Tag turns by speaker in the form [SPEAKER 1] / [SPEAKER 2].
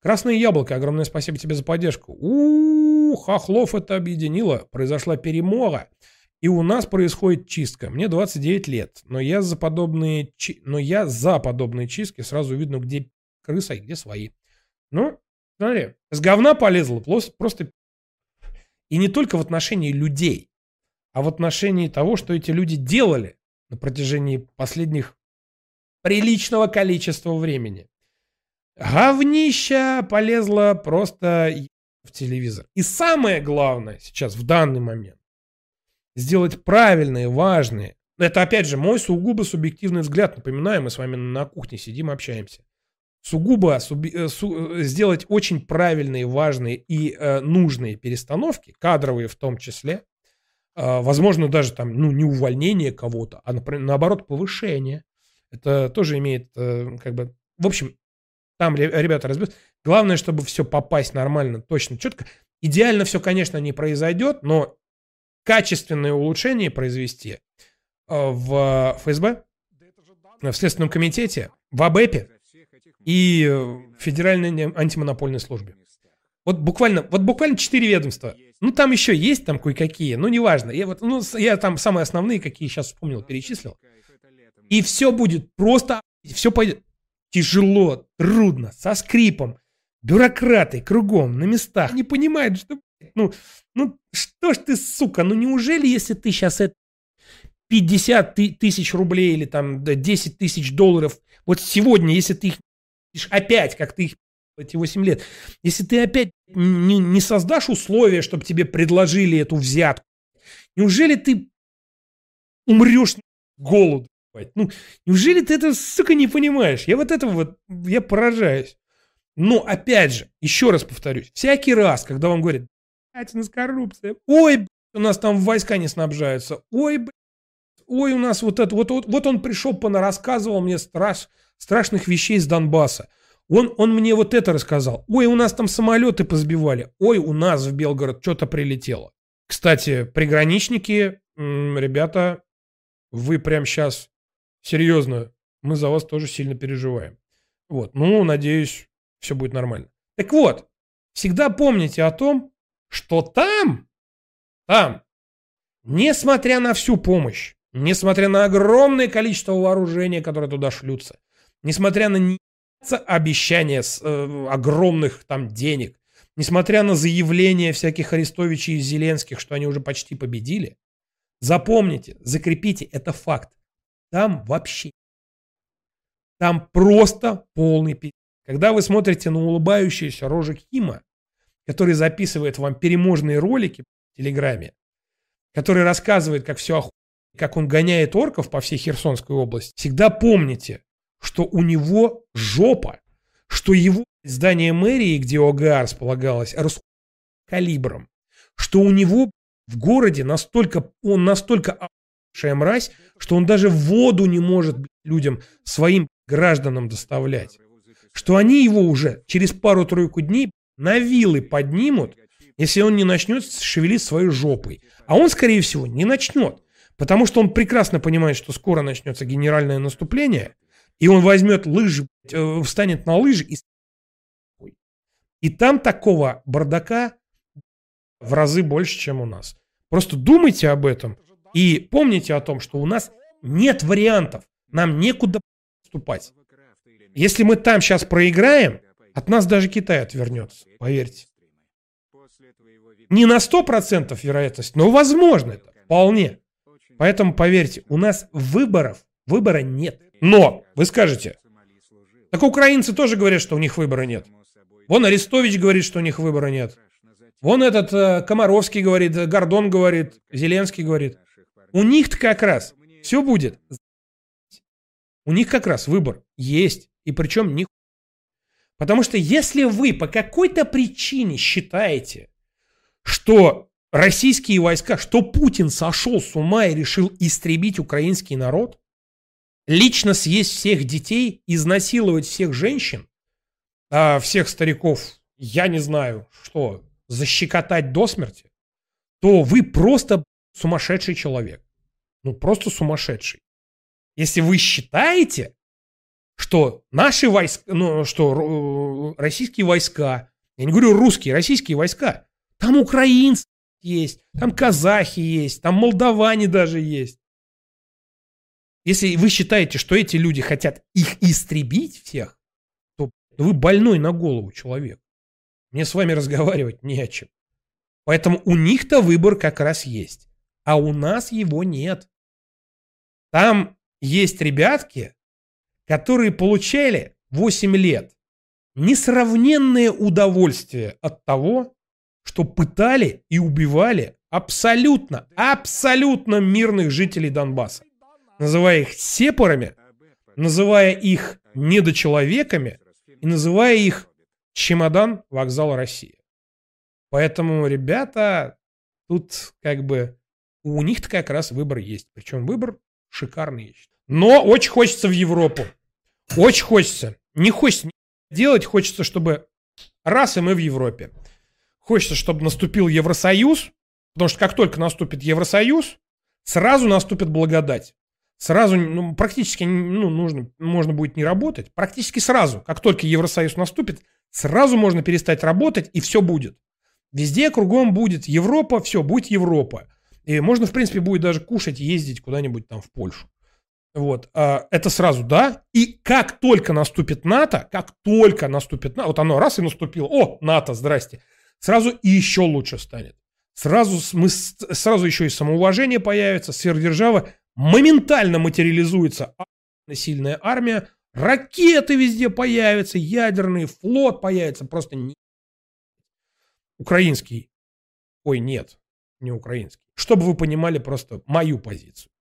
[SPEAKER 1] Красное яблоко, огромное спасибо тебе за поддержку. Хохлов это объединило. Произошла перемога. И у нас происходит чистка. Мне 29 лет. Но я за подобные чистки сразу видно, где крыса и где свои. Ну, смотри. С говна полезло. Просто. И не только в отношении людей, а в отношении того, что эти люди делали на протяжении последних приличного количества времени. Говнища полезла просто в телевизор. И самое главное сейчас, в данный момент, сделать правильные, важные. Это, опять же, мой сугубо субъективный взгляд. Напоминаю, мы с вами на кухне сидим, общаемся. Сделать очень правильные, важные и нужные перестановки, кадровые в том числе. Возможно, даже там, не увольнение кого-то, а, например, наоборот, повышение. Это тоже имеет, в общем, там ребята разберутся. Главное, чтобы все попасть нормально, точно, четко. Идеально все, конечно, не произойдет, но качественное улучшение произвести в ФСБ, в Следственном комитете, в АБЭПе и в Федеральной антимонопольной службе. Вот буквально 4 ведомства. Там еще есть там кое-какие, но неважно. Я там самые основные, какие сейчас вспомнил, перечислил. И все будет просто, все пойдет тяжело, трудно, со скрипом. Бюрократы кругом, на местах. Не понимают, что... что ж ты, сука, неужели, если ты сейчас 50 тысяч рублей или там 10 тысяч долларов, вот сегодня, если ты их опять, как ты их эти 8 лет, если ты опять не создашь условия, чтобы тебе предложили эту взятку, неужели ты умрешь с голоду? Неужели ты это, сука, не понимаешь? Я поражаюсь. Но, опять же, еще раз повторюсь, всякий раз, когда вам говорят, у нас коррупция, ой, у нас там войска не снабжаются, ой, у нас вот это, вот он пришел, понарассказывал мне страшных вещей с Донбасса. Он мне вот это рассказал. Ой, у нас там самолеты позбивали. Ой, у нас в Белгород что-то прилетело. Кстати, приграничники, ребята, вы прямо сейчас, серьезно, мы за вас тоже сильно переживаем. Надеюсь, все будет нормально. Так вот, всегда помните о том, что там, несмотря на всю помощь, несмотря на огромное количество вооружения, которое туда шлются, несмотря на обещания огромных там денег, несмотря на заявления всяких Арестовичей и Зеленских, что они уже почти победили, запомните, закрепите, это факт. Там просто полный пиздец. Когда вы смотрите на улыбающуюся рожу Кима, который записывает вам переможные ролики в Телеграме, который рассказывает, как все как он гоняет орков по всей Херсонской области, всегда помните, что у него жопа, что его здание мэрии, где ОГА располагалось, калибром, что у него в городе настолько мразь, что он даже воду не может людям, своим гражданам доставлять. Что они его уже через пару-тройку дней на вилы поднимут, если он не начнет шевелить своей жопой. А он, скорее всего, не начнет. Потому что он прекрасно понимает, что скоро начнется генеральное наступление, и он возьмет лыжи, встанет на лыжи и там такого бардака в разы больше, чем у нас. Просто думайте об этом и помните о том, что у нас нет вариантов, нам некуда вступать. Если мы там сейчас проиграем, от нас даже Китай отвернется, поверьте. Не на 100% вероятность, но возможно это, вполне. Поэтому, поверьте, у нас выбора нет. Но, вы скажете, так украинцы тоже говорят, что у них выбора нет. Вон Арестович говорит, что у них выбора нет. Вон этот Комаровский говорит, Гордон говорит, Зеленский говорит. У них-то как раз все будет. У них как раз выбор есть. И причем не... Потому что если вы по какой-то причине считаете, что российские войска, что Путин сошел с ума и решил истребить украинский народ, лично съесть всех детей, изнасиловать всех женщин, а всех стариков, я не знаю, что, защекотать до смерти, то вы просто сумасшедший человек. Просто сумасшедший. Если вы считаете, что наши войска, ну, что российские войска, я не говорю русские, российские войска, там украинцы есть, там казахи есть, там молдаване даже есть. Если вы считаете, что эти люди хотят их истребить всех, то вы больной на голову человек. Мне с вами разговаривать не о чем. Поэтому у них-то выбор как раз есть. А у нас его нет. Там есть ребятки, которые получали 8 лет несравненное удовольствие от того, что пытали и убивали абсолютно мирных жителей Донбасса. Называя их сепарами, называя их недочеловеками и называя их чемодан вокзала России. Поэтому, ребята, тут как бы у них-то как раз выбор есть. Причем выбор шикарный есть. Но очень хочется в Европу. Очень хочется. Не хочется делать, хочется, чтобы раз и мы в Европе. Хочется, чтобы наступил Евросоюз, потому что как только наступит Евросоюз, сразу наступит благодать. Сразу, практически, можно будет не работать. Практически сразу, как только Евросоюз наступит, сразу можно перестать работать, и все будет. Везде кругом будет Европа, все, будет Европа. И можно, в принципе, будет даже кушать, ездить куда-нибудь там в Польшу. Вот, это сразу, да. И как только наступит НАТО, вот оно раз и наступило, о, НАТО, здрасте, сразу и еще лучше станет. Сразу еще и самоуважение появится, сверхдержава моментально материализуется сильная армия, ракеты везде появятся, ядерный флот появится, просто украинский. Ой, нет, не украинский. Чтобы вы понимали просто мою позицию.